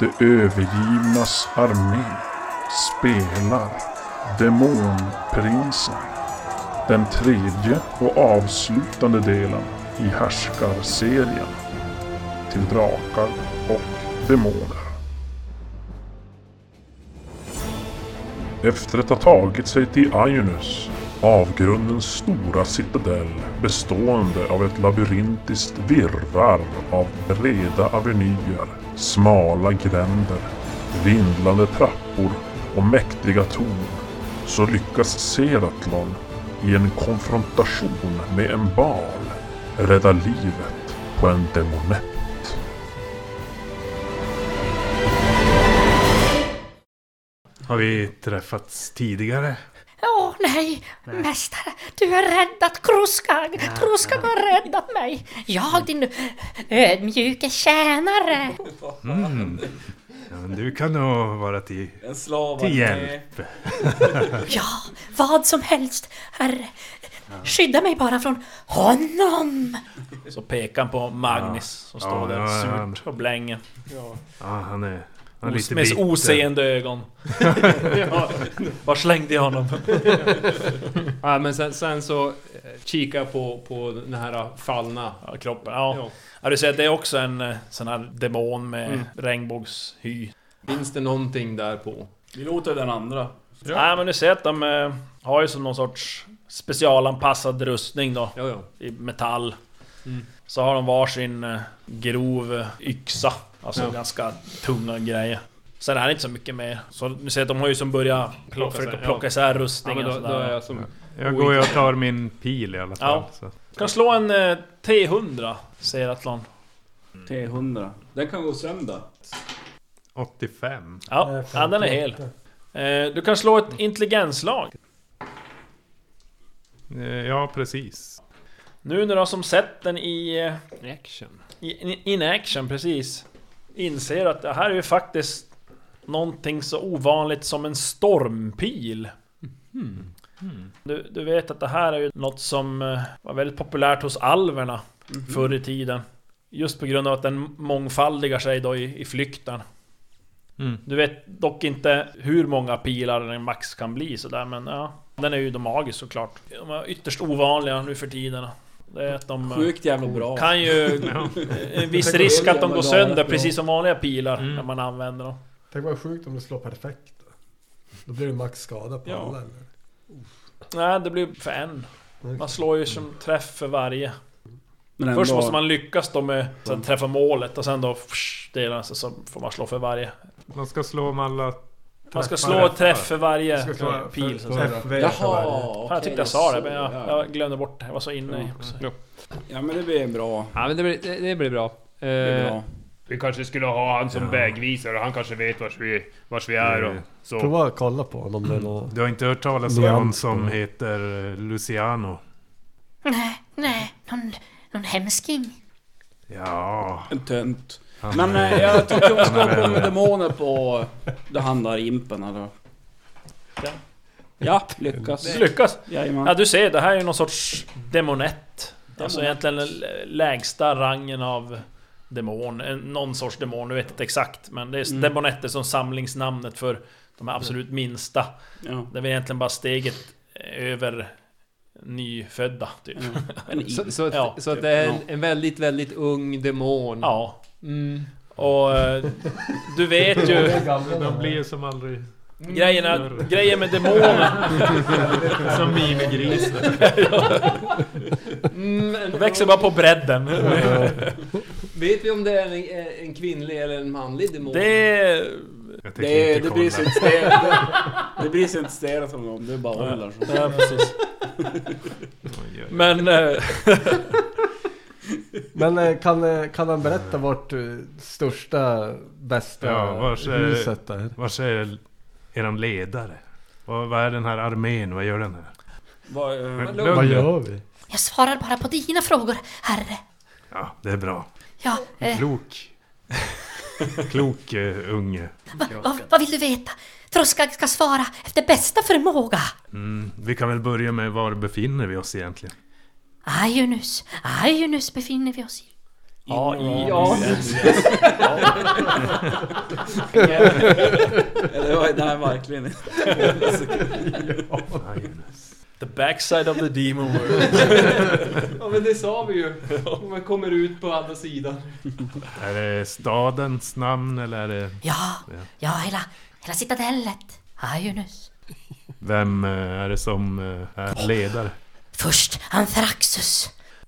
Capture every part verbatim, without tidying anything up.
De övergivnas armé spelar Demonprinsen. Den tredje och avslutande delen i härskarserien till drakar och demoner. Efter att ha tagit sig till Ionus, avgrundens stora citadell bestående av ett labyrintiskt virrvarr av breda avenyer, smala gränder, vindlande trappor och mäktiga torn, så lyckas Seratlon i en konfrontation med en bal rädda livet på en demonett. Har vi träffats tidigare? Åh oh, nej, nej, mästare, du har räddat Kroskag. Ja, Kroskag ja. har räddat mig. Jag, din ödmjuke tjänare. Mm. Ja, men du kan nog vara till, till hjälp. Ja, vad som helst, herre. Skydda mig bara från honom. Så pekar han på Magnus som ja. står ja, där ja, surt han... och blänger. Ja, ja han är... Os, med bitter. Oseende ögon. Ja. Var slängde jag honom? Ja, men sen, sen så kika på, på den här fallna ja, kroppen. Ja. Ja. Ja, du ser att det är också en sån här demon med mm. regnbågshy. Finns det någonting där på? Vi låter den andra. Ja. Nej, men du ser att de eh, har ju som någon sorts specialanpassad rustning då. Ja, ja. I metall. Mm. Så har de varsin eh, grov yxa. Alltså ja. ganska tunga grejer. Sen är det inte så mycket mer. Så du ser att de har ju som börjat plocka, plocka, plocka isär rustningen. Ja, då, då är jag, som jag går ju och tar min pil i alla fall. Ja. Så. Kan slå en eh, T hundra, säger Atlan. T hundra. Den kan gå sönder. åttiofem. Ja, ja den är hel. Eh, du kan slå ett intelligenslag. Eh, ja, precis. Nu när du har som sett den i... In action. I, in action, precis. Inser att det här är ju faktiskt någonting så ovanligt som en stormpil. Mm. Mm. Du, du vet att det här är ju något som var väldigt populärt hos alverna mm. förr i tiden. Just på grund av att den mångfaldigar sig då i, i flykten. Mm. Du vet dock inte hur många pilar den max kan bli så där, men ja, den är ju då magisk såklart. De är ytterst ovanliga nu för tiden. Det är att de sjukt jävla bra. Kan ju en viss risk att de går sönder precis som vanliga pilar mm. när man använder dem. Tänk vad sjukt om det slår perfekt. Då blir det max skada på ja. alla. Nej, det blir för en. Man slår ju som träff för varje. Men först måste man lyckas då med att träffa målet och sen då delar sig så får man slå för varje. Man ska slå om alla. Man ska slå ett träff för varje slå pil. För, för, för, Jaha, okay, jag tyckte jag sa det, men jag, jag glömde bort det. Jag var så inne i ja. ja, men det blir bra. Ja, men det blir, det, det blir bra. Det blir bra. Vi kanske skulle ha han som ja. vägvisare. Han kanske vet vars vi, vars vi är och så. Prova att kolla på honom. Mm. Någon... Du har inte hört talas om någon som heter Luciano? Nej, nej. Någon, någon hemsking. Ja. En tönt. Men äh, jag tar kunskap om demoner på det handlar impen eller. Ja. Ja, lyckas. Lyckas. Jajamän. Ja, du ser, det här är ju någon sorts demonett. Alltså egentligen den lägsta rangen av demon, någon sorts demon, du vet inte exakt, men det är mm. demonetter som samlingsnamnet för de absolut minsta. Ja. Det är egentligen bara steget över nyfödda typ. Ja. så, så, att, ja, så att det är en, en väldigt, väldigt ung demon. Ja. Mm. Och du vet ju de blir som aldrig grejerna, grejer med demoner som minigrisar. mm, de växer bara på bredden. Vet vi om det är en, en kvinnlig eller en manlig demon? Det det, det blir så inte det, det blir så inte stela som om det bara håller så. Ja, precis. Men Men kan, kan han berätta vårt största, bästa ja, vars är, huset där? Vars är eran ledare? Och vad är den här armén? Vad gör den här? Vad, uh, vad, vad gör vi? Jag svarar bara på dina frågor, herre. Ja, det är bra. Ja, eh. Klok. Klok uh, unge. Va, va, vad vill du veta? Troskag ska svara efter bästa förmåga. Mm, vi kan väl börja med var befinner vi oss egentligen? Ionus, Ionus befinner vi oss i. A I Ja. Det var det här verkligen. The backside of the demon world. Ja, men det sa vi ju. Om man kommer ut på andra sidan. Är det stadens namn eller är det... Ja, ja, hela, hela citadellet. Aionus. Vem eh, är det som eh, är ledare? Först Anthraxus.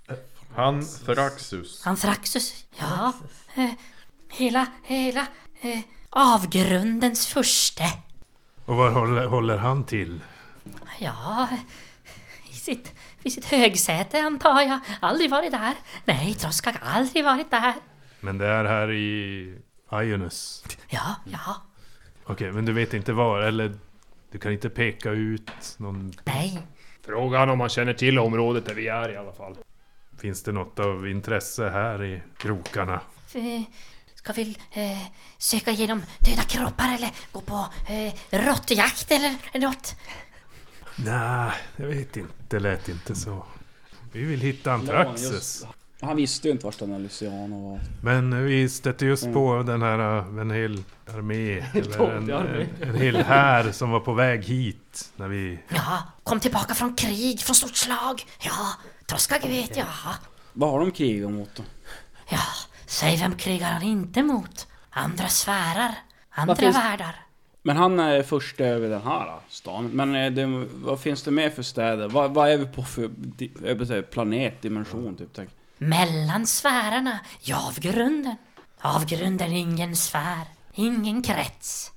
Anthraxus. Anthraxus, ja. Eh, hela, hela eh, avgrundens furste. Och var håller, håller han till? Ja, i sitt, i sitt högsäte antar jag. Aldrig varit där. Nej, Troskag aldrig varit där. Men det är här i Aionus. Ja, ja. Okej, men du vet inte var, eller du kan inte peka ut någon... Nej. Fråga han om han känner till området där vi är i alla fall. Finns det något av intresse här i krokarna? Eh, Ska vi eh, söka igenom döda kroppar eller gå på eh, råttjakt eller något? Nej, jag vet inte. Det lät inte så. Vi vill hitta Anthraxus. Han visste ju inte vart den här Luciano var. Men vi stötte just på Mm. den här, en hel armé, eller en, armé. en, en hel här som var på väg hit när vi... Ja, kom tillbaka från krig, från stort slag. Ja, Troskag vet jag. Vad har de krigat mot då? Ja, säg vem krigar han inte mot? Andra sfärer, andra Vad finns- världar. Men han är först över den här stan. Men är det, vad finns det mer för städer? Vad, vad är vi på för di- jag vill säga, planet, dimension typ? Tänk. Mellan sfärerna, i avgrunden. Avgrunden är ingen sfär, ingen krets.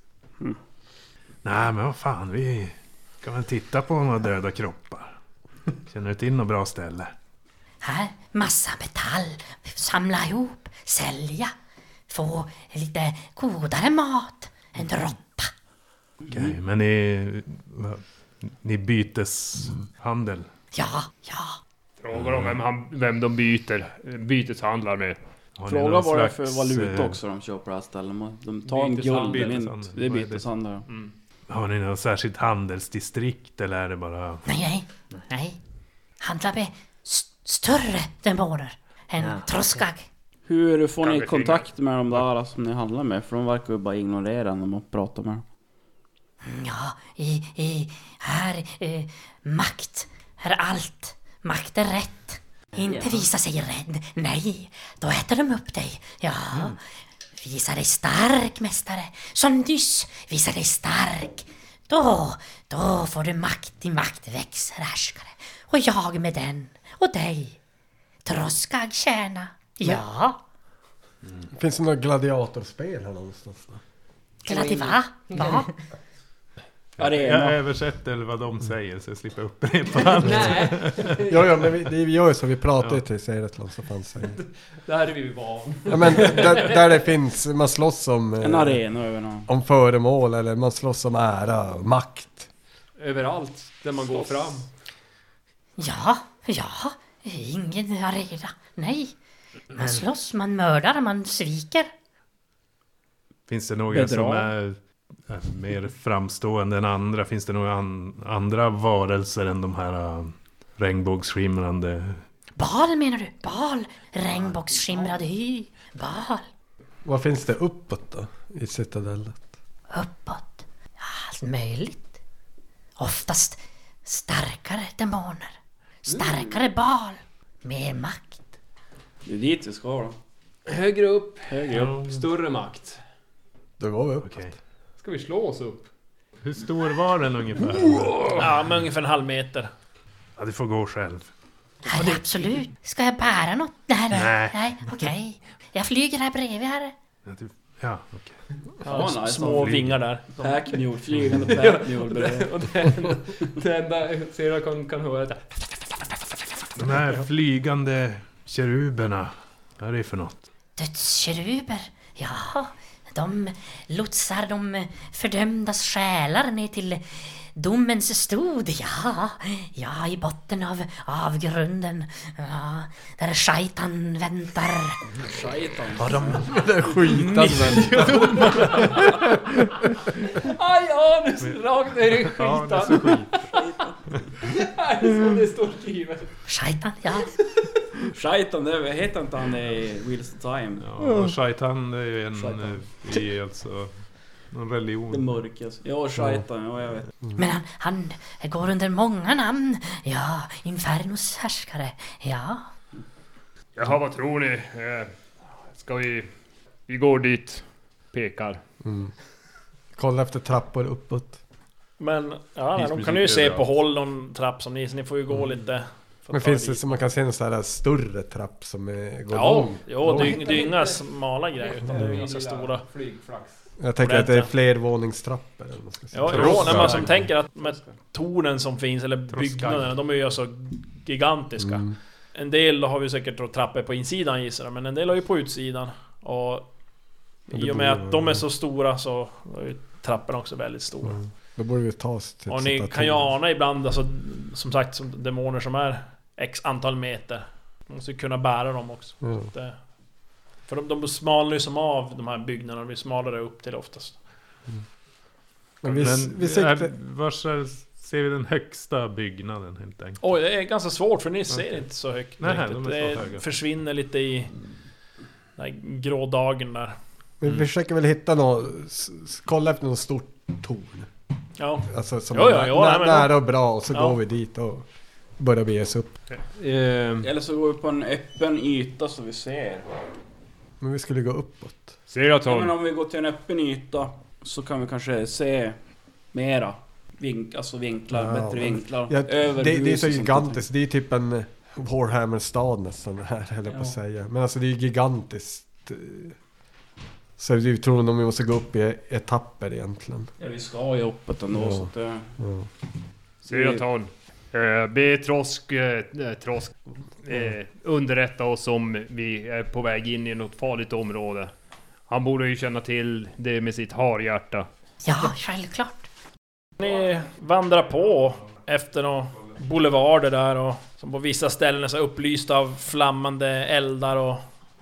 Nej, men vad fan, vi kan väl titta på några döda kroppar. Känner du till något bra ställe? Här, massa metall, samla ihop, sälja. Få lite godare mat, en droppe. Okej, men ni... vad- Ni byteshandel? Ja, ja. Frågar om vem, han, vem de byter, byteshandlar med. Har ni Fråga någon vad det är för slags, valuta eh, också de köper på det här stället. De tar en Byteshandel. guldmynt. Det är Vad är det? byteshandel. Har ni något särskilt handelsdistrikt eller är det bara... Nej, nej, nej. Handlar med st- större demoner än Ja, Troskag. Hur får Kan ni vi kontakt med de där som ni handlar med? För de verkar ju bara ignorera när man pratar med dem. Ja, i, i, här, eh, makt är allt. Makt är rätt. Inte visa sig rädd. Nej, då äter de upp dig. Ja, visa dig stark, mästare. Som nyss, visa dig stark. Då, då får du makt. Din makt växer, härskare. Och jag med den. Och dig. Troskag tjäna. Ja, Finns det några gladiatorspel här någonstans då? gladiva. Va? Jag Arena. översätter vad de säger så jag slipper upprepa allt. Nej, Ja, ja, men vi, det, vi gör ju så. Vi pratar ju till Seiretland så fanns det. där är vi van. Ja, men där, där det finns, man slåss om... eh, En arena över någon. Om föremål eller man slåss om ära och makt. Överallt där man går fram. Ja, ja, ingen arena. Nej, man slåss, man mördar, man sviker. Finns det några Bedra. som är, är mer framstående än andra? Finns det några an, andra varelser än de här äh, regnbågsskimrande? Bal menar du? Bal, regnbågsskimrade hy. Bal, Vad finns det uppåt då? I citadellet? uppåt. Ja, allt möjligt. Oftast starkare demoner. Starkare bal. Mer makt. Det är dit vi ska då. Högre upp, Högre upp. större makt. Då går vi upp. Okej. Ska vi slå oss upp? Hur stor var den ungefär? Ja, med ungefär en halv meter. Ja, du får gå själv. Ja, absolut. Ska jag bära något? Nej, Nej. nej, okej. Jag flyger här bredvid här. Ja, du, ja okej. Ja, nice. Små vingar där. Packmule, flygande packmule. Och det, det enda Sera kan, kan höra är att De här flygande keruberna, vad är det för något? Dödskeruber. Ja, de lotsar de fördömdas själar ner till domens stod. Ja, ja, i botten av avgrunden. Ja, där Shaitan väntar. Shaitan. Har de, Det är skitan men. aj, anus! Rakt ner i ja, det är skitan. så skit. Nej, så det står skrivet. Shaitan, ja. Shaitan, det heter inte han i Wheels of Time. Ja, Shaitan det är ju en eh, i alltså någon religion. Det mörkas. Ja, Shaitan, ja jag vet. Men han, han går under många namn. Ja, Infernos härskare. Ja. Jaha, vad tror ni? Eh, ska vi... Vi går dit. Pekar. Mm. Kolla efter trappor uppåt. Men ja, nej, de kan ju se på håll någon trapp som ni, så ni får ju gå mm. lite. Men finns det så man kan se en sån här större trapp som är går ja, lång? Jo, det är, det är inga smala grejer utan det är ganska stora. Jag tänker att det är flervåningstrappor eller man ska säga. Ja, jo, när man som tänker att med tornen som finns eller byggnaderna, de är ju så gigantiska. Mm. En del har vi säkert då trappor på insidan gissar jag, men en del har ju på utsidan. Och i och med att de är så stora så är ju trapporna också väldigt stora. Mm. Då borde vi ta oss till. Och ni kan ju ana ibland, alltså, som sagt, som demoner som är x antal meter. Man måste ju kunna bära dem också. Mm. Det, för de, de smalnar ju som av de här byggnaderna, vi smalare upp till oftast. Mm. Men vi, Men, vi siktar... är, var ser vi den högsta byggnaden helt enkelt? Oj, det är ganska svårt för ni ser okay. inte så högt. Nej, de är det så höga. Försvinner lite i den här grå dagen där. Men vi försöker väl hitta något, kolla efter något stort torn. Ja. Alltså som jo, är ja, jo, nä- nej, nära och bra och så ja. går vi dit och börjar bege oss upp. Okay. Uh, Eller så går vi på en öppen yta så vi ser. Men vi skulle gå uppåt. Ser jag ja, men om vi går till en öppen yta så kan vi kanske se mera. Vink, alltså vinklar, ja, bättre vinklar. Ja, över det, det är så gigantiskt. Det är typ en Warhammer-stad nästan här, höll jag på att säga. Men alltså det är gigantiskt. Så vi tror nog vi måste gå upp i etapper egentligen. Ja, vi ska ju uppåt ändå ja. Så att det... Ja. Seraton. Uh, be Trosk, uh, Trosk uh, underrätta oss om vi är på väg in i något farligt område. Han borde ju känna till det med sitt harhjärta. Ja, självklart. Ni vandrar på efter några boulevarder där och som på vissa ställen är så upplysta av flammande eldar och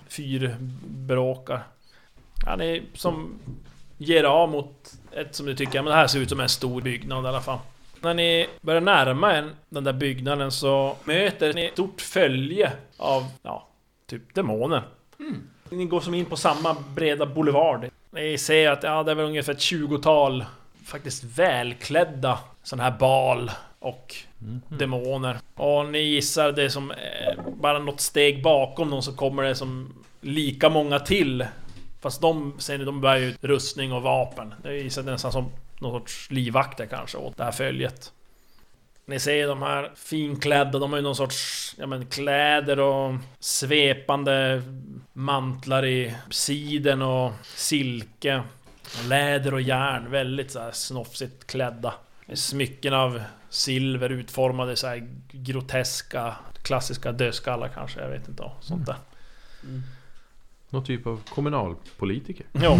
fyrbråkar. Ja, ni som ger av mot ett som du tycker, men det här ser ut som en stor byggnad i alla fall. När ni börjar närma en, den där byggnaden så möter ni ett stort följe av, ja, typ demoner. Mm. Ni går som in på samma breda boulevard. Ni ser att ja, det är väl ungefär ett tjugotal faktiskt välklädda sån här bal och mm. demoner. Och ni gissar det som eh, bara något steg bakom dem så kommer det som lika många till. Fast de, ser ni, de bär ju rustning och vapen. Det är nästan som någon sorts livvakter kanske åt det här följet. Ni ser de här finklädda, de har ju någon sorts ja, men, kläder och svepande mantlar i siden och silke, läder och järn, väldigt så här snofsigt klädda. Smycken av silver utformade så här groteska, klassiska dödskallar kanske, jag vet inte, då, sånt där. Mm. Någon typ av kommunalpolitiker. Ja.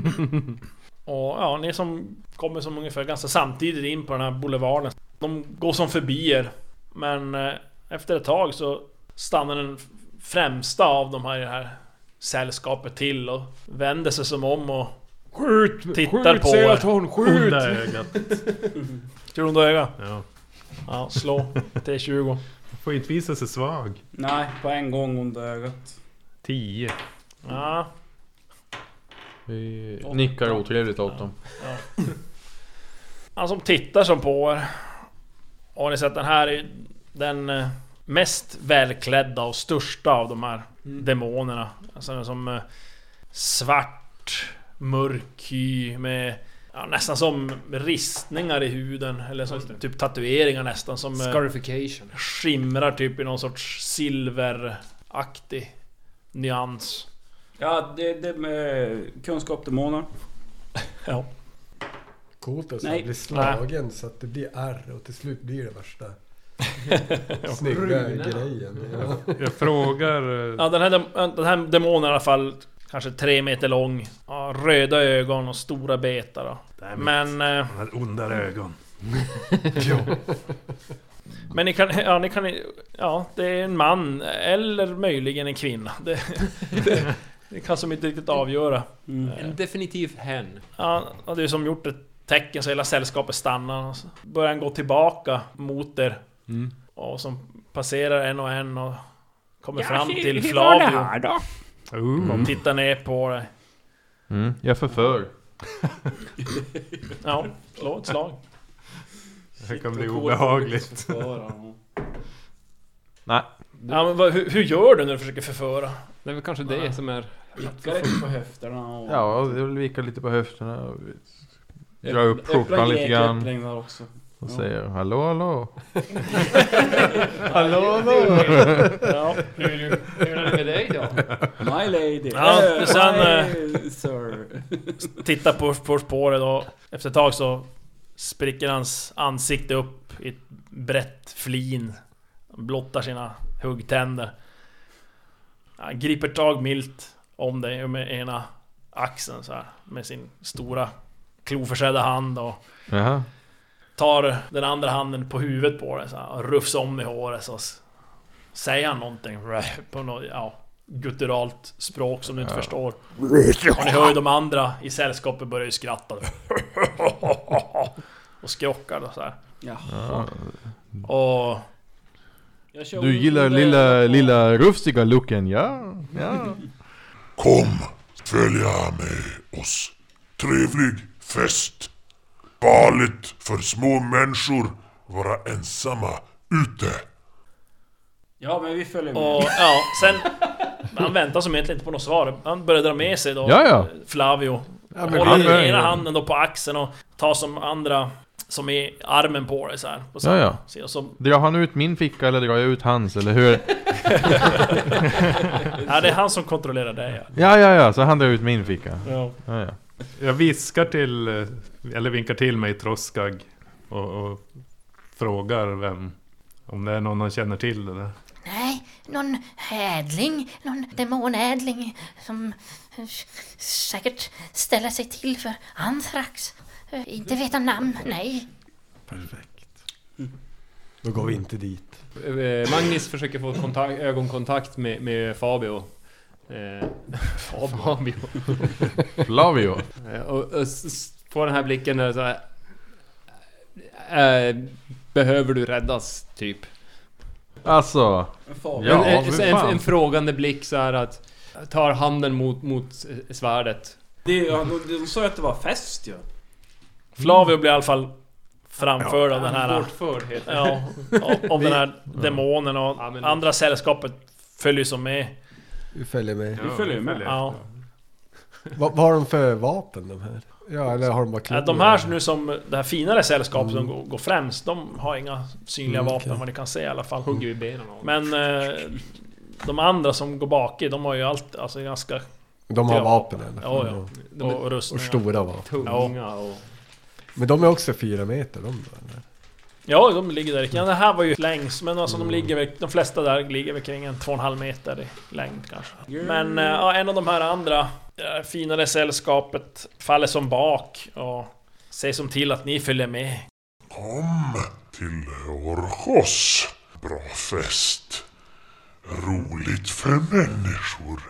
Och ja, ni som kommer som ungefär ganska samtidigt in på den här boulevarden. De går som förbi er. Men eh, efter ett tag så stannar den främsta av de här, här sällskapet till och vänder sig som om och skjut, tittar skjut, på er. er. Hon, skjut! Onda ögat. Tror du onda öga? Ja. Ja, slå T tjugo. Får inte visa sig svag. Nej, på en gång onda ögat. tio. Ja. Vi nickar otrevligt åt dem. Ja. Han som tittar som på er. Och ni sett den här är den mest välklädda och största av de här mm. demonerna. Alltså som svart, mörk hy med ja, nästan som ristningar i huden eller som typ tatueringar nästan som scarification. Skimrar typ i någon sorts silveraktig nyans. Ja, det, det med kunskap demoner. Ja. Coolt att bli slagen Nej. Så att det blir ärr och till slut blir det värsta snygga grejen. Ja. Jag frågar... Ja, den här, den här demonen i alla fall kanske tre meter lång. Ja, röda ögon och stora betar då. Men... Han har onda ögon. Men ni kan, ja, ni kan... Ja, det är en man eller möjligen en kvinna. Det, det, det kan som inte riktigt avgöra. Mm. En definitiv hen. Ja, det är som gjort ett tecken så hela sällskapet stannar och så börjar han gå tillbaka mot er. Mm. Och som passerar en och en och kommer Ja, fram hur- till hur var det Flavio. här då? Och tittar ner på dig. Mm, jag förför. Ja, slå ett slag. Det här kan bli obehagligt. Nej. Ja, men vad, hur, hur gör du när du försöker förföra? Det är väl kanske det som är... Vickar lite på höfterna och... Ja, jag vill vika lite på höfterna och dra upp skjortan lite grann. Också. Och säger hallå hallå. Hallå, hallå! Ja. Hur, hur är det med dig då? My lady. Ja, Eh, sen, my sir. Tittar på, på spåret och efter ett tag så spricker hans ansikte upp i ett brett flin. Han blottar sina huggtänder. Han griper tag milt om dig med ena axeln så här, med sin stora kloförsedda hand och Jaha. tar den andra handen på huvudet på dig så här, och rufs om i håret så s- säger han någonting på något, ja, gutturalt språk som du inte Ja. förstår. Och ni hör ju de andra i sällskapet börjar ju skratta och skrockar och så här. Jaha. Och Jag kör Du gillar lilla, lilla rufsiga looken, ja? Ja. Kom, följa med oss. Trevlig fest. Farligt för små människor vara ensamma ute. Ja, men vi följer med. Och ja, sen han väntar som egentligen inte på något svar. Han börjar dra med sig då Ja, ja. Flavio. Ja, men Håller vi- den ena handen då på axeln och tar som andra som är armen på dig så här. På samma Ja, ja. sida. Och så, Drar han ut min ficka eller drar jag ut hans, eller hur? ja, det är han som kontrollerar dig. Ja. Ja, ja, ja, så han drar ut min ficka. Ja. Ja, ja. Jag viskar till, eh, eller vinkar till mig Troskag och, och frågar vem, om det är någon han känner till eller. Nej, någon ädling, någon demonädling som eh, säkert ställer sig till för anthrax. Eh, Inte veta namn, nej. Perfekt. Då går vi inte dit. Eh, Magnus försöker få kontakt, ögonkontakt med, med Fabio. Eh, Fabio. Flavio. Eh, och, och s- s- får den här blicken där så här. Eh, behöver du räddas, typ? Alltså, Ja, Ja, en, men en, en, fan. en frågande blick så här att tar handen mot, mot svärdet. det, ja, de, de sa ju att det var fest ju. Flavio blir i alla fall framförd av den här... Bortförd heter det. Ja, av- av den här demonen och Ja, men- andra sällskapet följer som med. Vi följer med. Vi följer med. Ja. Vad, vad har de för vapen de här? Ja, eller har de bara Ja, klor? de här nu som det här finare sällskapet som går, går främst, de har inga synliga Mm, vapen okej. vad ni kan se i alla fall. Hugger vi benen av. Men eh, de andra som går bak i, de har ju allt, alltså ganska... De har Ja. vapen eller? Ja, ja. De är Och Och rustningar. stora vapen. tunga och... Men de är också fyra meter de då, eller? Ja, de ligger där. Ja, det här var ju längs, men alltså de ligger väl, de flesta där ligger väl kring en två och en halv meter i längd kanske. Men eh, ja, en av de här andra eh, finare sällskapet faller som bak och säger som till att ni följer med. Kom till Orchos. Bra fest. Roligt för människor.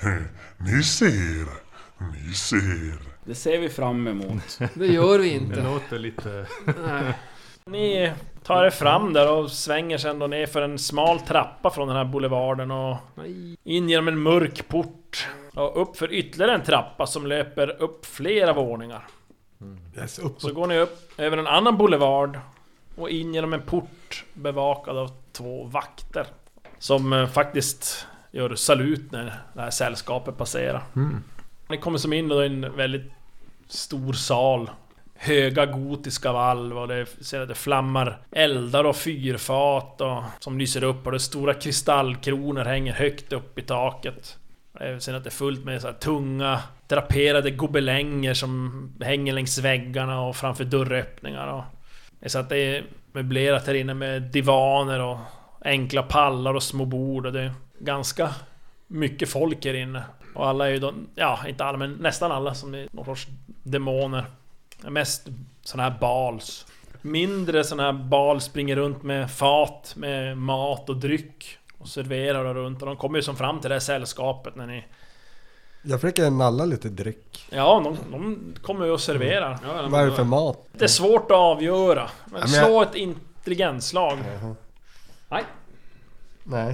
Ni ser, ni ser. Det ser vi fram emot. Det gör vi Det inte. låter lite... Nej. Ni tar er fram där och svänger sen då ner för en smal trappa från den här boulevarden och in genom en mörk port och upp för ytterligare en trappa som löper upp flera våningar. Yes, upp. Så går ni upp över en annan boulevard och in genom en port bevakad av två vakter som eh, faktiskt gör salut när det här sällskapet passerar. Ni kommer som in då i en väldigt stor sal. Höga gotiska valv och det, ser att det flammar eldar och fyrfat och, som lyser upp och det stora kristallkronor hänger högt upp i taket. Det ser att det är fullt med så här tunga draperade gobelänger som hänger längs väggarna och framför dörröppningar och det är så att det är möblerat här inne med divaner och enkla pallar och små bord och det är ganska mycket folk här inne och alla är ju då, ja inte alla men nästan alla som är någon sorts demoner. Mest såna här bals. Mindre såna här bal springer runt med fat med mat och dryck och serverar och runt och de kommer ju som fram till det här sällskapet när ni... Jag försöker nalla lite dryck. Ja, de, de kommer ju och serverar. Ja, de- Vad är det för mat? Det är svårt att avgöra. Men Ja, men jag- slå ett intelligensslag. Nej. Nej.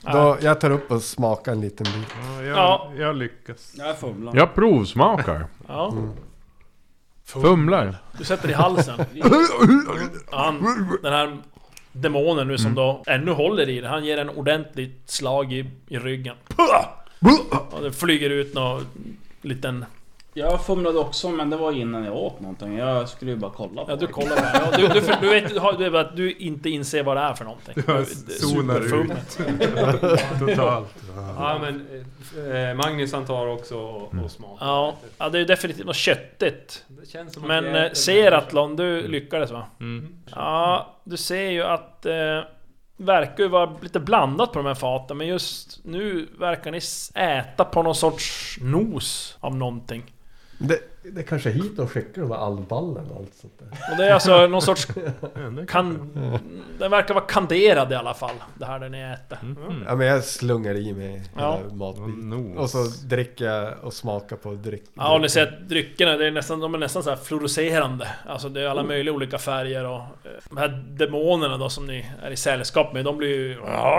Då, jag tar upp och smakar en liten bit. Ja, jag, Ja. jag lyckas. Jag fumlar. Jag provsmakar. Ja. Mm. Fumlar. Du sätter i halsen. Han, den här demonen nu som Mm. då ännu håller i det. Han ger en ordentligt slag i, i ryggen. Och det flyger ut någon liten... Jag fumlade också, men det var innan jag åt någonting. Jag skulle ju bara kolla på Ja, du det. kollar bara. Ja, du, du, du vet du, har- du, vet att du inte inser vad det är för någonting. Jag Du- zonar ut. superfummet. Totalt. Ja men eh, Magnus han tar också och, och smakar. Ja, ja, det är ju definitivt något köttigt. Det känns som att Men vi eh, äter Seratlon, du lyckades va? Mm. Ja, du ser ju att eh, verkar ju vara lite blandat på de här faten, men just nu verkar ni s- äta på någon sorts nos av någonting. Det, det är kanske hit de skickar de här alvballen och allt sånt där. Och det är alltså någon sorts Ja, det kan... Den verkar vara kanderad i alla fall, det här där ni äter. Mm. Ja, men jag slungar i mig Ja. hela matbiten. Nos. Och så dricker jag och smakar på dryck. Ja, och ni ser att dryckerna, det är nästan, de är nästan så här fluorescerande. Alltså det är alla möjliga olika färger och... eh, De här demonerna då som ni är i sällskap med, de blir ju...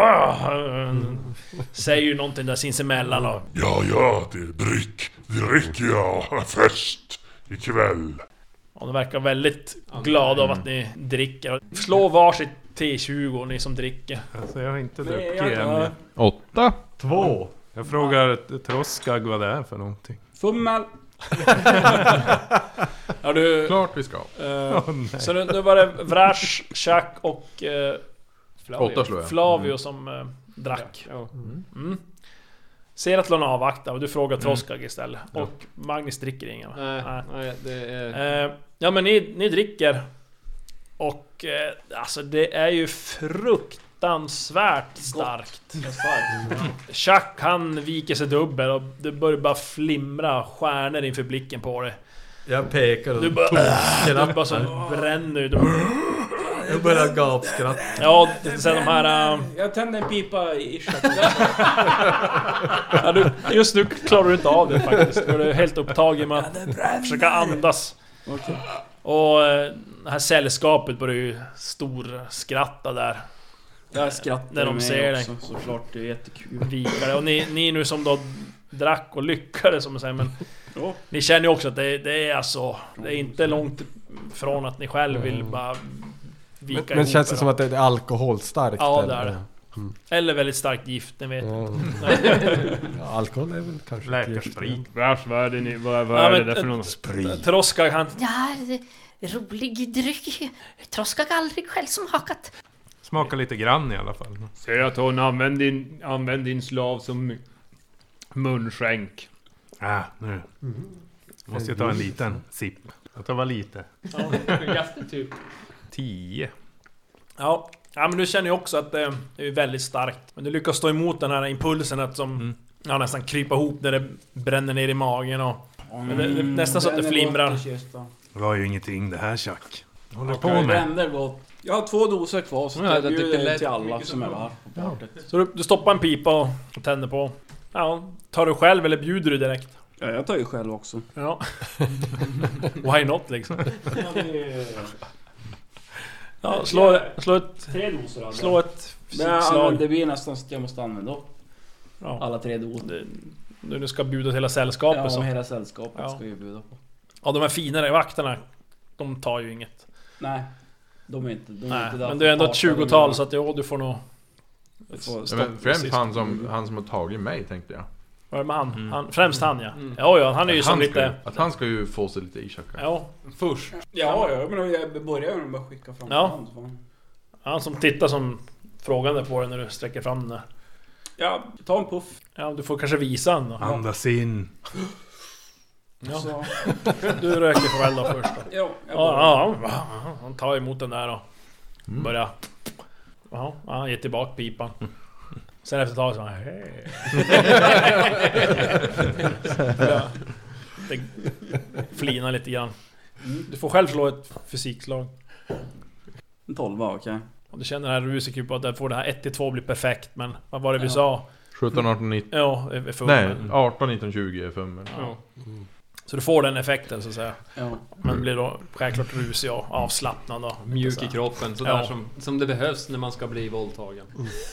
Säger ju någonting där sinsemellan och... Ja, ja, det är dryck. Drick jag. Fest ikväll. Och de verkar väldigt glada av att ni dricker. Slå varsitt T tjugo, ni som dricker. Alltså jag har inte Nej, druckit jag- än. jag- Åtta. Två! Jag frågar Troskag vad det är för någonting. Fummel! Ja, du... Klart vi ska. eh, så nu, nu var det Vrash, Chuck och eh, Åtta slår jag. Flavio som eh, drack. Ja. Mm. Seratlon avvaktar och du frågar Troskag istället. Och Magnus dricker ingen. va? Nej, Nej. nej, det är... Eh, ja men ni, ni dricker. Och eh, alltså det är ju fruktansvärt starkt. Chuck han viker sig dubbel och det börjar bara flimra stjärnor inför blicken på dig. Jag pekar och Du bara, tokskrattar. du bara så bränner ut. Jag börjar gapskratta. Ja, det- sen de här... äh, Jag tänder en pipa i ja, du, just nu klarar du inte av det faktiskt. Du är helt upptagen med att försöka andas. Okej. Och äh, det här sällskapet börjar ju stor skratta där. Jag skrattar När de med ser också, såklart. Det är jättekul. Vikare. Och ni, ni nu som då drack och lyckades som man säger, men Ja. ni känner ju också att det, det är alltså... Det är inte långt från att ni själv vill bara vika Men, men ihop känns det er. som att det är alkoholstarkt? Ja, eller? det är det. Eller väldigt starkt gift, ni vet. Ja. Ja, alkohol är väl kanske Läkarsprit. Vars, vad är det, ni, vad, vad Ja, är det men, där för eh, något? Troskag han... Ja, det- rolig dryck. Troskag aldrig själv smakat. Smakar lite grann i alla fall. Seraton, använd din, använd din slav som munskänk. Ah, nu. Måste jag ta en liten sipp. Jag tar bara lite. Ganska typ. Tio. Ja, ja men du känner ju också att det är väldigt starkt. Men du lyckas stå emot den här impulsen att som... Mm. Ja, nästan krypa ihop när det bränner ner i magen och... Men det, det, nästan så att det Den är flimrar. gott i kistan. Det var ju ingenting det här, Chuck. Vad håller du på Det med? bränder gott. Jag har två doser kvar så Ja, jag det tyckte bjuder lät till alla mycket som är som här på partyt. Så du, du stoppar en pipa och, och tänder på. Ja, tar du själv eller bjuder du direkt? Ja, jag tar ju själv också. Ja. Why not liksom? Ja, slå, slå ett... Tre doser alltså. Slå ett Men, men slag. det blir nästan så att jag måste använda upp Ja. alla tre doser. Det- Nu du ska bjuda till hela sällskapet Ja, så. och hela sällskapet Ja. ska vi bjuda på. Ja, de här finare vakterna, de tar ju inget. Nej, de är inte, de är Nej, inte där men för du är ändå ett party, tjugotal men- så att ja, du får nog... Jag får- Ja, Stopp. men främst Sist. han som, han som har tagit mig tänkte jag. Vad är det med han? Mm. han? Främst han ja. Mm. Ja, ja, han är ju Att som han lite... ska, att han ska ju få sig lite i Chuck. Ja, Först. Ja, ja, men jag börjar med att bara skicka fram Ja. hand, fan. han som tittar som frågande på dig när du sträcker fram den där. Ja, ta en puff. Ja, du får kanske visa han då. Andas in. Ja. Så, Du röker själv då först då. ja, jag Ja, börjar. ja, ja, han tar emot den där och Mm. börjar... Jaha, ja, han ger tillbaka pipan. Sen efter ett tag så han... Hej. Ja, det flinar lite grann. Du får själv slå ett fysikslag. En tolva, okej. Och du känner den här ruset på att jag får det här ett till två blir perfekt. Men vad var det vi Ja. sa? sjutton, arton, nitton. Ja, är full. Nej, men- arton, nitton, tjugo är fummen. Ja. Så du får den effekten så att säga. Ja. Men blir då självklart rusig och avslappnad och Mjuk i kroppen, sådär Ja. som, som det behövs när man ska bli våldtagen.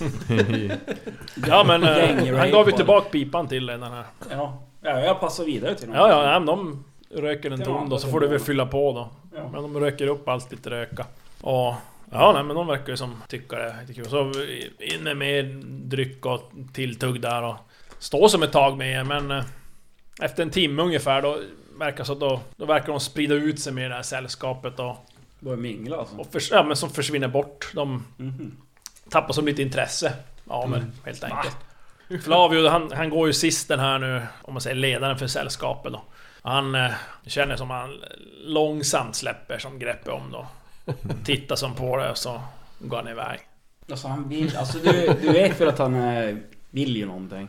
Ja men Gäng eh, han rape gav ju var tillbaka pipan till den här. Ja. Ja, jag passar vidare till dem. Ja ja, nej, men de röker en Ja, tom då, så det får du är väl bra. fylla på då. Ja. Men de röker upp allt lite röka. Och ja, nej, men de verkar ju som tycker det är lite kul. Så in med mer dryck och tilltugg där och stå som ett tag med er, men eh, efter en timme ungefär då verkar så att då, då verkar de sprida ut sig med det här sällskapet och, Börjar mingla alltså. och förs- ja, men som försvinner bort. De Mhm. tappar som lite intresse. Ja, men helt enkelt. Flavio, han, han går ju sist den här nu, om man säger ledaren för sällskapet då. Han eh, känner som han långsamt släpper som greppet om då. Tittar som på det och så går han iväg. Alltså han vill, alltså du, du vet väl att han eh, vill ju någonting.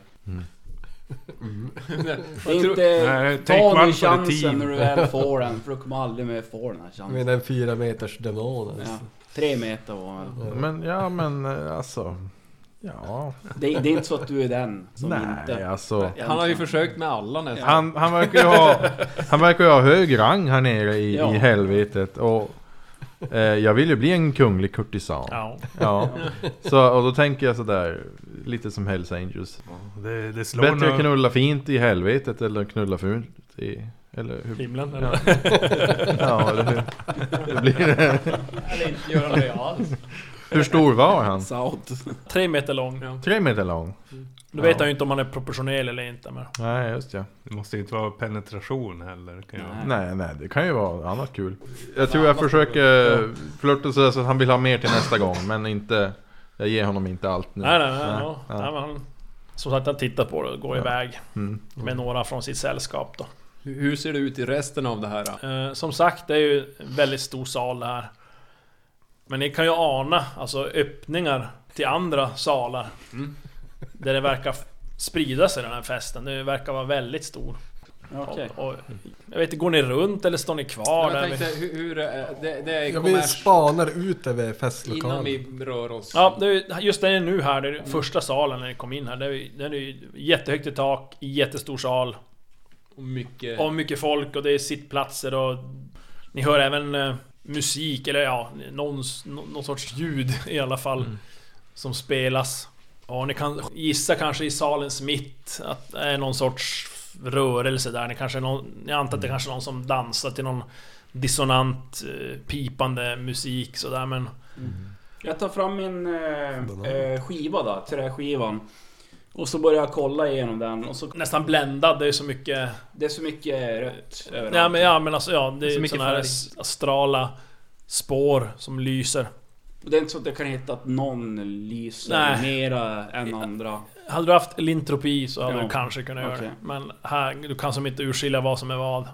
Det är inte, Nej, take ta one nu for the chansen team. när du väl får den, för du kommer aldrig mer få den här chansen. Med en fyra meters demon alltså. Ja, tre meter var han. Men ja, men eh, alltså... Ja... Det, det är inte så att du är den som Nej, inte... alltså... Han har ju försökt med alla nästan. Han, han verkar ju ha... Han verkar ju ha hög rang här nere i, Ja. i helvetet. Och... Eh, jag vill ju bli en kunglig kurtisan. Ja. Ja. Så, och då tänker jag sådär... Lite som Hells Angels. Det, det slår Bättre nog... knulla fint i helvetet eller knulla fult i... Eller hur? Himlen Ja, eller? ja eller hur? Det blir det. Eller inte göra det alls. Hur stor var han? South. Tre meter lång. Tre meter lång? Du vet han ju inte om han är proportionell eller inte. Men... Nej, just ja. Det måste ju inte vara penetration heller. Kan ju vara. Nej, nej, det kan ju vara annat kul. Jag tror jag försöker flirta så att han vill ha mer till nästa gång, men inte... Jag ger honom inte allt nu. Nej, nej, nej. Nej, Ja. ja. Nej, men han, som sagt, han tittar på det och går Ja. iväg Mm. med några från sitt sällskap då. Hur hur ser det ut i resten av det här då? Eh, som sagt, det är ju en väldigt stor sal det här. Men ni kan ju ana alltså öppningar till andra salar. Där det verkar f- sprida sig den här festen. Det verkar vara väldigt stor. Okej. Och, och, jag vet inte, går ni runt eller står ni kvar Jag där? tänkte, hur, hur eh, det, det Jag kommer vill spanar ut över innan festlokalen. vi rör oss. Ja, det är, ju- just det är nu här, det är den första salen när ni kom in här. Det är, ju- den är ju jättehögt i tak, jättestor sal. Och mycket... Och mycket folk och det är sittplatser och ni hör även eh, musik eller ja, någon, någon sorts ljud i alla fall som spelas. Och ni kan gissa kanske i salens mitt att det är någon sorts rörelse där. Ni kanske är någon, ni antar att det är kanske är någon som dansar till någon dissonant eh, pipande musik sådär, men Jag tar fram min eh, eh, skiva då, träskivan. Och så börjar jag kolla igenom den och så... nästan bländad, det är så mycket. Det är så mycket rött överallt. Ja men, ja, men alltså ja, det Så är mycket såna här färg. astrala spår som lyser. Och det är inte så att jag kan hitta att någon lyser Nej. mera än andra. Hade du haft lintropi så hade Ja. du kanske kunnat göra Okej. det. Men här, du kan som inte urskilja vad som är vad.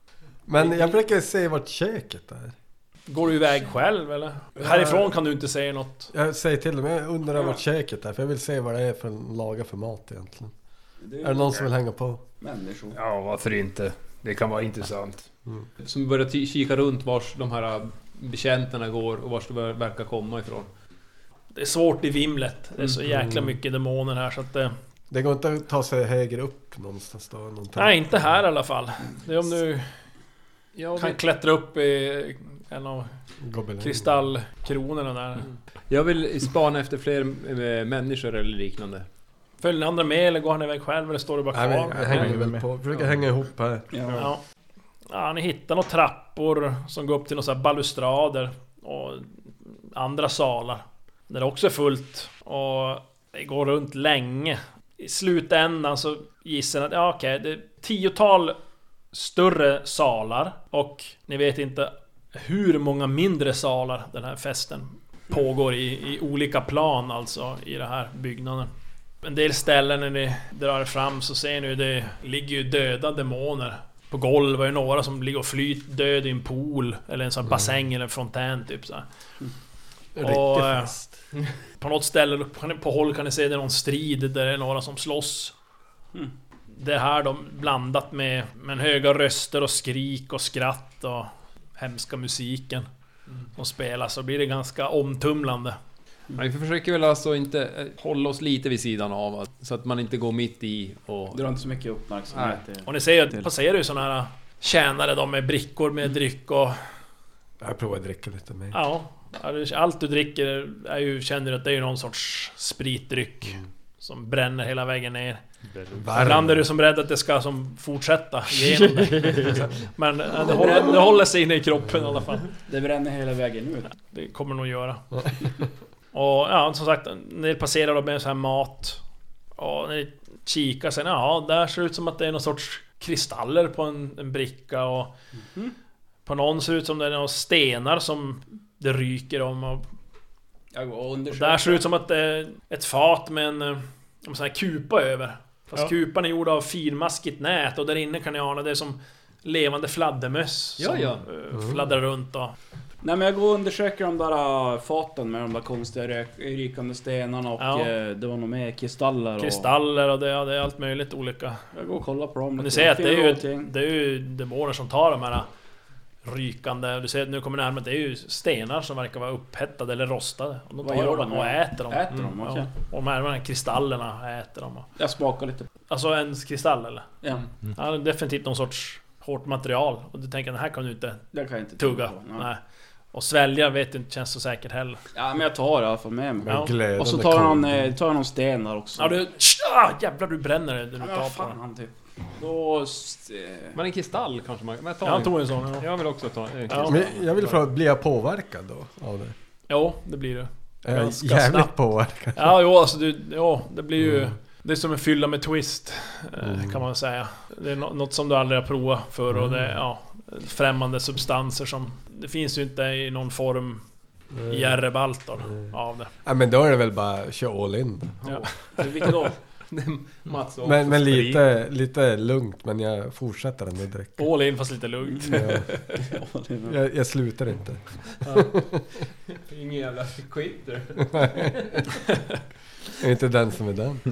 Men jag brukar se vart köket är. Går du iväg själv eller? Härifrån kan du inte säga något. Jag säger till dem, jag undrar vart köket är. För jag vill se vad det är för en laga för mat egentligen. Är det någon som vill hänga på? Människor. Ja, varför inte? Det kan vara intressant. Som börjar ty- kika runt vars de här äh, betjänterna går och vars det ver- verkar komma ifrån. Det är svårt i vimlet. Det är så jäkla mycket demoner här så att det... Det går inte att ta sig högre upp någonstans då? Någonting. Nej, inte här i alla fall. Det är om du Jag kan vill, klättra upp i en av Gobelin. kristallkronorna där. jag vill spana efter fler äh, människor eller liknande. Följer ni andra med eller går han iväg själv eller står du bara Nej, men kvar? jag hänger Ja. väl på. Försöker hänga ihop här. Ja. Ja. Ja, ni hittar några trappor som går upp till några så här balustrader och andra salar där det också är fullt och det går runt länge. I slutändan så gissar ni att ja, okej, det är tiotal större salar och ni vet inte hur många mindre salar den här festen pågår i, i olika plan alltså i den här byggnaden. En del ställen när ni drar fram så ser ni det ligger ju döda demoner på golvet. Det är några som ligger och flyter död i en pool eller en sån här bassäng eller en fontän typ så här. Och Riktig eh, fest. på något ställe på håll kan ni se det är någon strid där det är några som slåss. Mm. Det här de blandat med, med höga röster och skrik och skratt och hemska musiken som spelas, så blir det ganska omtumlande. Men vi försöker väl alltså inte äh, hålla oss lite vid sidan av att- så att man inte går mitt i och... Du har inte så mycket uppmärksamhet. i- Och ni ser ju, passerar ju såna här tjänare då med brickor med dryck och... Jag provar att dricka lite mer. Ja, allt du dricker är ju, känner du att det är ju någon sorts spritdryck mm. som bränner hela vägen ner. Ibland är du som rädd att det ska som fortsätta igenom det. Men det håller, det håller sig inne i kroppen i alla fall. Det bränner hela vägen ut. Det kommer nog göra. Och ja, som sagt, när det passerar med så här mat och när ni kikar sen, ja, där ser det ut som att det är någon sorts kristaller på en, en bricka och mm-hmm. på någon ser det ut som det är några stenar som det ryker om och, jag går och, och där ser det ut som att det är ett fat med en, en sån här kupa över. Fast ja. Kupan är gjord av finmaskigt nät och där inne kan jag ana det är som levande fladdermöss ja, som ja. Mm. fladdrar runt och... Nej, men jag går och undersöker de där faten med de där konstiga rök, rykande stenarna och ja. Det var nog mer kristaller och... Kristaller och det, ja, det är allt möjligt olika. Jag går och kollar på dem. Men ni ser att det är, ju, det är ju demoner som tar de här rykande. Du ser att nu kommer närmare, det är ju stenar som verkar vara upphettade eller rostade. Och de tar gör dem och äter dem. Äter dem, mm, okay. ja. Och de här kristallerna äter dem. Jag smakar lite. Alltså en kristall eller? Ja. Mm. Ja, definitivt någon sorts hårt material. Och du tänker, den här kan du inte, jag kan inte tugga. På, nej. Nej. Och svälja vet du inte, känns så säkert heller. Ja, men jag tar det i alla fall med mig. Ja. Och så tar jag någon, eh, tar jag någon sten där också. Ja, du... Ah, jävlar, du bränner det. Du ja, tar fan, på han typ. Då... Eh... Men en kristall kanske man... Men jag, jag tog en sån. Ja. Jag vill också ta en ja. Men jag vill fråga, blir jag påverkad då av det? Jo, det blir du. Jag är jävligt snabbt. Påverkad. Ja, jo, alltså du... Jo, det blir ju... Mm. Det är som en fylla med twist, mm. kan man säga. Det är något som du aldrig har provat för mm. och det är ja, främmande substanser som... Det finns ju inte i någon form i Järrebaltor mm. av det. Ja, men då är det väl bara kör all in. Ja. Vilket då? Mats men men lite, lite lugnt, men jag fortsätter ändå direkt. All in fast lite lugnt. Ja. jag, jag slutar inte. Ja. Ingen jävla quitter. Jag är inte den som är den.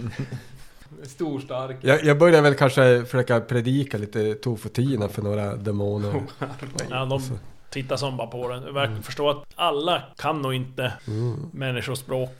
Stor, stark. Jag, jag börjar väl kanske försöka predika lite tofotina för några demoner. Ja, de tittar som bara på den. Jag verkar mm. förstå att alla kan nog inte mm. människospråk.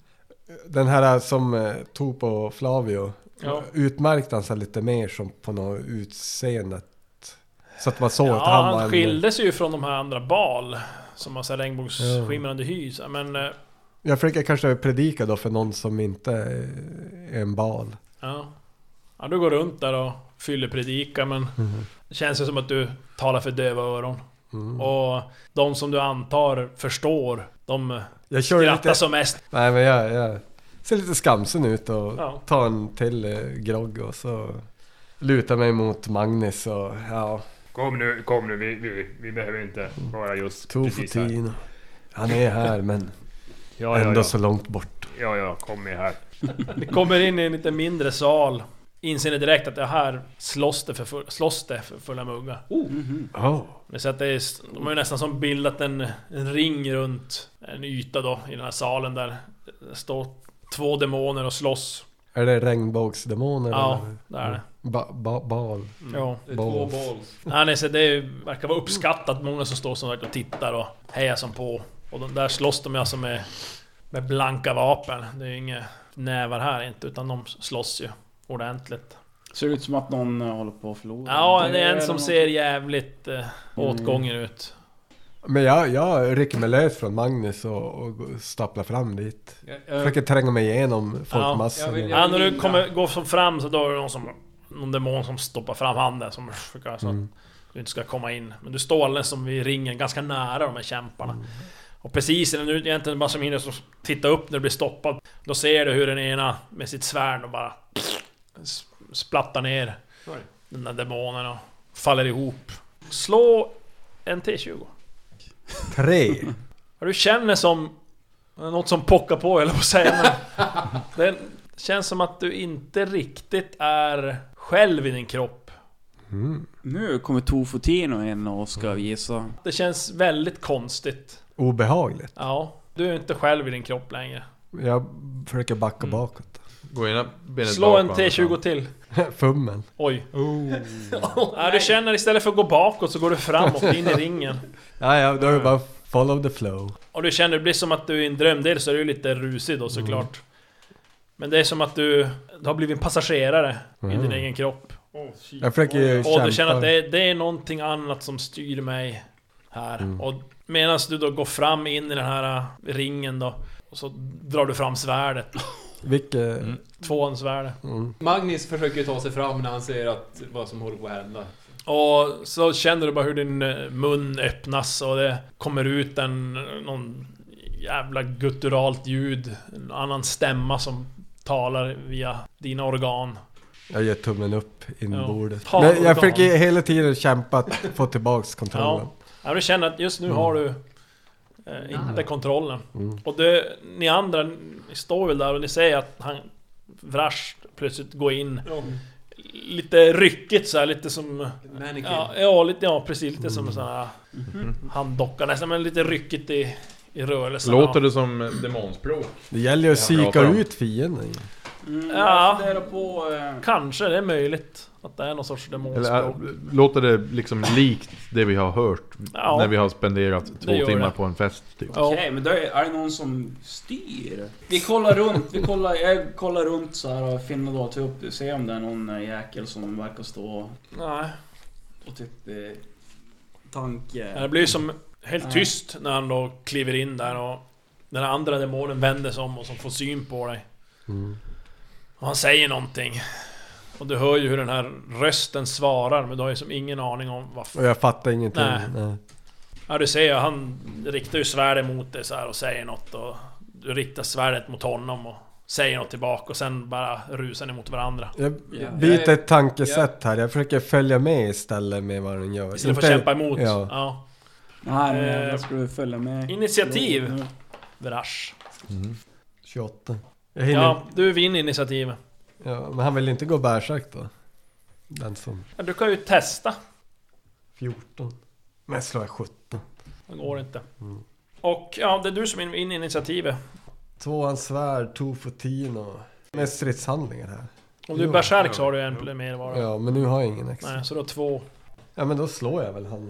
Den här som eh, tog på Flavio, ja. Utmärkte han sig lite mer som på något utseendet. Så att man såg ja, att han var han en... skildes ju från de här andra bal som har så här regnbågsskimrande ja. Hys. Men... Eh, jag försöker kanske predika då för någon som inte är en bal. Ja. Ja, du går runt där och fyller predika, men mm. det känns ju som att du talar för döva öron. Mm. Och de som du antar förstår, de jag skrattar lite... som mest. Nej, men jag, jag ser lite skamsen ut och ja. tar en till eh, grogg och så lutar mig mot Magnus och ja. Kom nu, kom nu, vi, vi, vi behöver inte vara just precis här. Han är här, men ja, ändå ja, ja. så långt bort. Ja, ja, kom med här. Vi kommer in i en lite mindre sal. Inser ni direkt att det här slåss det för, full, slåss det för fulla muggar. Oh. Mm-hmm. Oh. Det så att det är, de har ju nästan som bildat en, en ring runt en yta då i den här salen där det står två demoner och slåss. Är det regnbågsdemoner? Ja, eller? det är det. Ba, ba, bal. Mm. Ja, det är två balls. Ja, nej, så det är, verkar vara uppskattat. Många som står som och tittar och hejar som på. Och de där slåss de alltså med, med blanka vapen. Det är ju inga nävar här inte, utan de slåss ju ordentligt. Ser ut som att någon håller på att förlora. Ja, det är en som ser jävligt eh, åtgången mm. ut. Men jag, jag rycker mig lös från Magnus och, och staplar fram dit. Jag, jag, Försöker tränga mig igenom folkmassan. Ja, ja, när du kommer, går som fram så då är det någon, som, någon demon som stoppar fram handen som försöker så mm. att du inte ska komma in. Men du står alldeles som vid ringen, ganska nära de här kämparna. Mm. Och precis när du egentligen bara som hinner så titta upp när du blir stoppad, då ser du hur den ena med sitt svärd och bara splattar ner Sorry. den där demonen och faller ihop. Slå en T tjugo. Tre. Du känner som något som pockar på, eller på att säga. Men det känns som att du inte riktigt är själv i din kropp. Mm. Nu kommer Tofotino in och ska visa. Det känns väldigt konstigt. Obehagligt. Ja, du är inte själv i din kropp längre. Jag försöker backa mm. bakåt. Gå in benet Slå en T tjugo till. Fummen. Oj. Oh. Ja, du känner istället för att gå bakåt så går du framåt in i ringen. Ja, ja, då är det bara follow the flow. Och du känner, det blir som att du är i en drömdel, så är du lite rusig då såklart. Mm. Men det är som att du, du har blivit en passagerare mm. i din egen kropp. Oh, shit. Jag försöker ju Och kämpa. du känner att det är, det är någonting annat som styr mig här. Mm. Och medan du då går fram in i den här ringen då, och så drar du fram svärdet. Vilket... Mm. Tvåhandsvärdet. Mm. Magnus försöker ta sig fram när han ser att vad som håller på att hända. Och så känner du bara hur din mun öppnas och det kommer ut en någon jävla gutturalt ljud, en annan stämma som talar via dina organ. Jag ger tummen upp inbordet. Ja. Men jag försöker hela tiden kämpa att få tillbaks kontrollen. Ja. Ja, du känner att just nu Mm. har du eh, inte kontrollen. Mm. Och det, ni andra ni står väl där och ni ser att han Vrash plötsligt går in lite ryckigt så här, lite som Mannequin. ja, ja, lite, ja precis, lite som Mm. en sån här handdocka nästan, men lite ryckigt i, i rörelsen. Låter det som demonspråk? Det gäller ju att psyka pratar om. ut fienden. Mm, Ja. Jag funderar på... Eh, Kanske, det är möjligt att det är någon sorts Eller demonspråk. äh, låter det liksom likt det vi har hört Ja. när vi har spenderat två gör timmar det. på en fest typ? Ja. Okej, men då är, är det någon som styr? Vi kollar runt, vi kollar, jag kollar runt så här och finner då till upp, se om det är någon eh, jäkel som verkar stå Nej. och typ eh, tanke. Ja, det blir som helt Ja. tyst när han då kliver in där och den andra demonen vänder sig om och som får syn på dig. Mm. Och han säger någonting. Och du hör ju hur den här rösten svarar, men du har ju som ingen aning om vad... Och jag fattar ingenting. Nej. Nej. Ja, du ser, han riktar ju svärdet mot dig så här och säger något och du riktar svärdet mot honom och säger något tillbaka och sen bara rusar ni mot varandra. Jag Ja. byter ett tankesätt här. Jag försöker följa med istället med vad den gör. Istället för att kämpa emot. Ja. Ja. Nej, men Eh, jag skulle följa med. Initiativ. Nu. Vrash. tjugoåtta. Jag hinner... Ja, du vinner initiativet. Ja, men han vill inte gå bärsärk då? Den som... Ja, du kan ju testa. fjorton. Men jag slår jag sjutton. Det går inte. Mm. Och ja, det är du som är inne i initiativet. Tvåans svärd, Tofotino. Med stridshandlingar här. Om du är Jo. bärsärk så har du en mer var. Ja, men nu har jag ingen extra. Nej, så du har två. Ja, men då slår jag väl han.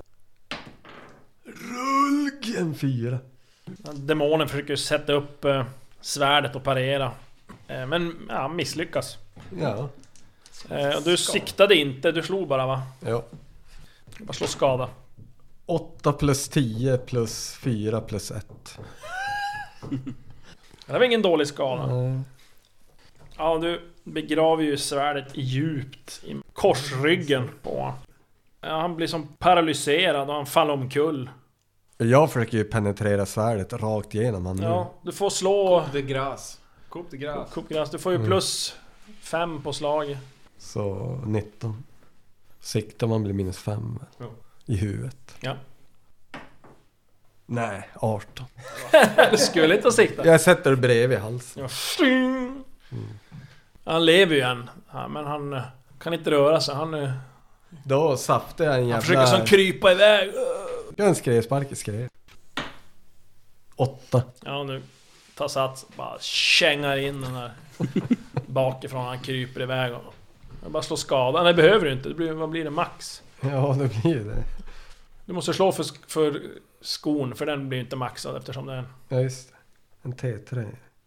Rulg! En fyra. Demonen försöker sätta upp eh, svärdet och parera. Eh, men ja, misslyckas. Ja. Eh, och du siktade inte, du slog bara va? Ja. Du bara slå skada. åtta plus tio plus fyra plus ett. Det var ingen dålig skada. Nej. Ja, du begraver ju svärdet djupt i korsryggen på honom. Ja, han blir som paralyserad och han faller omkull. Jag försöker ju penetrera svärdet rakt igenom han nu. Ja, du får slå... De gras. Coupe de gras. Kopgräs. Du får ju plus fem på slag. Så nitton. Siktar man blir minus fem Ja. i huvudet. Ja. Nej, arton. Du skulle inte ha siktat. Jag sätter det bredvid halsen. Ja. Han lever ju än. Ja, men han eh, kan inte röra sig. Han, eh, Då saftar jag en jävla... han försöker som krypa iväg. Jag en skrevspark i skrev. Åtta. Ja, nu tar sats. Bara kängar in den här bakifrån. Han kryper iväg. Och jag bara slår skada. Nej, behöver du inte. Det blir, vad blir det? Max? Ja, det blir det. Du måste slå för, för skon. För den blir inte maxad eftersom det är en... Ja, just det. En T tre.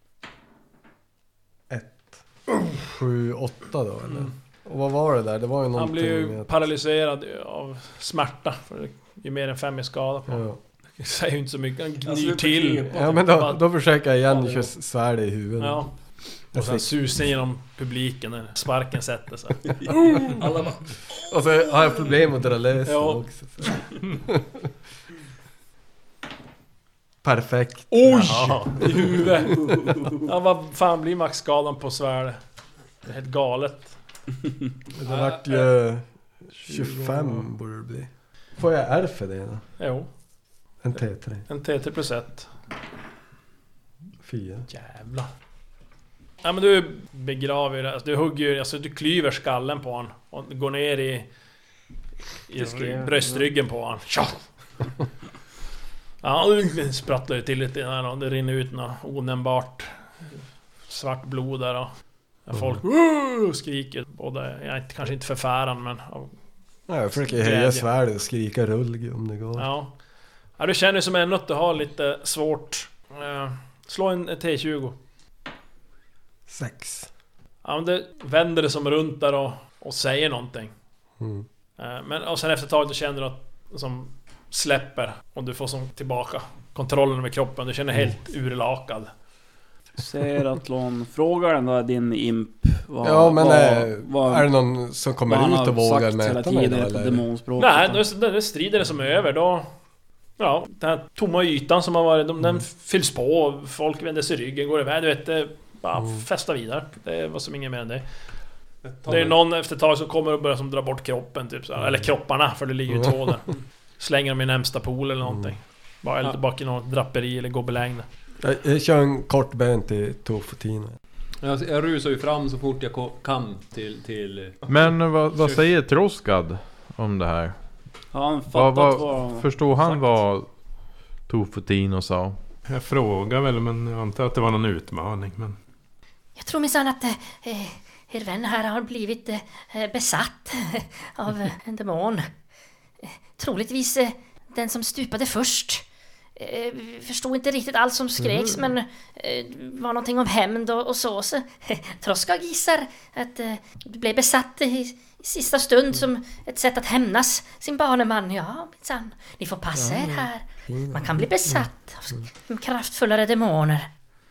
Ett. Sju, åtta då, eller? Mm. Och vad var det där? Det var ju någonting Han blir ju med att... paralyserad av smärta. För det är mer än fem i skada på honom. Ja. Det säger ju inte så mycket. Han Jag gnyr slutar till. krypa. Ja, men då, då försöker jag igen Ja, köra svärd i huvudet. Ja. Jag Och sen fick- susar genom publiken när sparken sätter sig. Alla bara... Och så har jag problem att dra lös Ja. också. Så. Perfekt. Oj! I huvudet. Ja, vad fan blir maxskadan på svärd? Det är helt galet. Det vart ju tjugofem borde det bli. Får jag R för det då? Jo, En T tre. en T tre plus ett. Fyra. Jävlar. Ja, men du begraver ju det. Alltså, du hugger, alltså du klyver skallen på honom och går ner i, i bröstryggen på honom. Tja! Ja, det sprattlar ju till lite där och det rinner ut något onämnbart svart blod där och folk uh, skriker. Både, jag är inte, kanske inte förfäran men av, Ja, jag försöker Glädje. höja svärdet och skrika rullg om det går. ja. Ja, du känner som ändå att du har lite svårt. Eh, slå en T tjugo. Sex. Ja, men det vänder det som runt där och och säger någonting. Mm. Men och sen efter ett tag du känner du att som släpper och du får som tillbaka kontrollen över kroppen. Du känner helt urlakad. Ser att någon frågar den där din imp. Vad, Ja, men vad, är, vad, är det någon som kommer vad han ut har och vågar sagt mäta hela mig då, tiden på eller? demonspråk? Nej, det, det strider det som är över då. Ja, den här tomma ytan som har varit, de, den fylls på, folk vänder sig ryggen, går iväg, du vet, det bara Mm. festa vidare. Det var som inget mer än det. Det är någon efter ett tag som kommer och börjar som dra bort kroppen typ så här. Eller kropparna, för det ligger ju två där. Slänger dem i närmsta pool eller någonting. Bara eller bak i något draperi eller gobeläng. Jag, jag kör en kort bön till Tofotina. Jag, jag rusar ju fram så fort jag ko- kan till... till Men vad, vad säger Troskad om det här? Har han fattat Vad, vad... vad, förstod han sagt? vad Tofutino sa? Jag frågar väl, men jag antar att det var någon utmaning. Men Jag tror minsann att eh, er vän här har blivit eh, besatt av eh, en demon. Eh, troligtvis eh, den som stupade först. Eh, förstod inte riktigt allt som skreks, men eh, var någonting om hämnd och, och så. så. Troska gissar att eh, du blev besatt i, i sista stund som ett sätt att hämnas sin baneman. Ja, minsann. Ni får passa er här. Man kan bli besatt av kraftfullare demoner.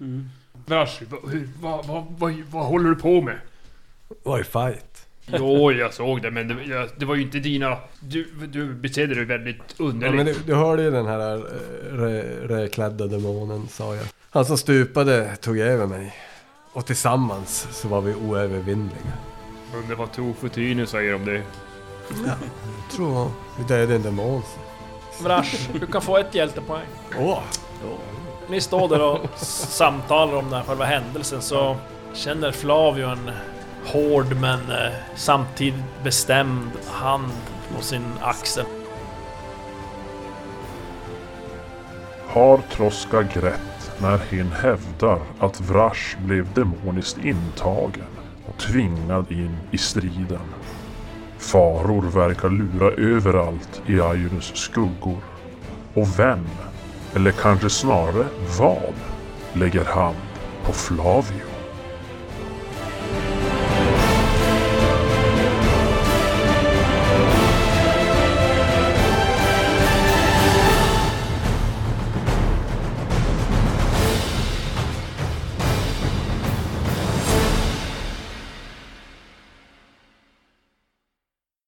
Vrash, vad, vad, vad, vad, vad håller du på med? Vad är fight? Jo, jag såg det, men det, jag, det var ju inte dina... Du, du betedde dig väldigt Ja, underligt. men du, du hörde ju den här eh, rö, rödklädda demonen, sa jag. Han som stupade tog över mig. Och tillsammans så var vi oövervinnliga. Undrar vad Tofutino säger om det. Jag tror vi dödade en demon. Vrash, du kan få ett hjältepoäng. Åh! Ni står där och samtalar om den här själva händelsen, så känner Flavio en hård men eh, samtidigt bestämd hand på sin axel. Har Troska rätt när hin hävdar att Vrash blev demoniskt intagen och tvingad in i striden? Faror verkar lura överallt i Ajunus skuggor. Och vem, eller kanske snarare vad, lägger hand på Flavio?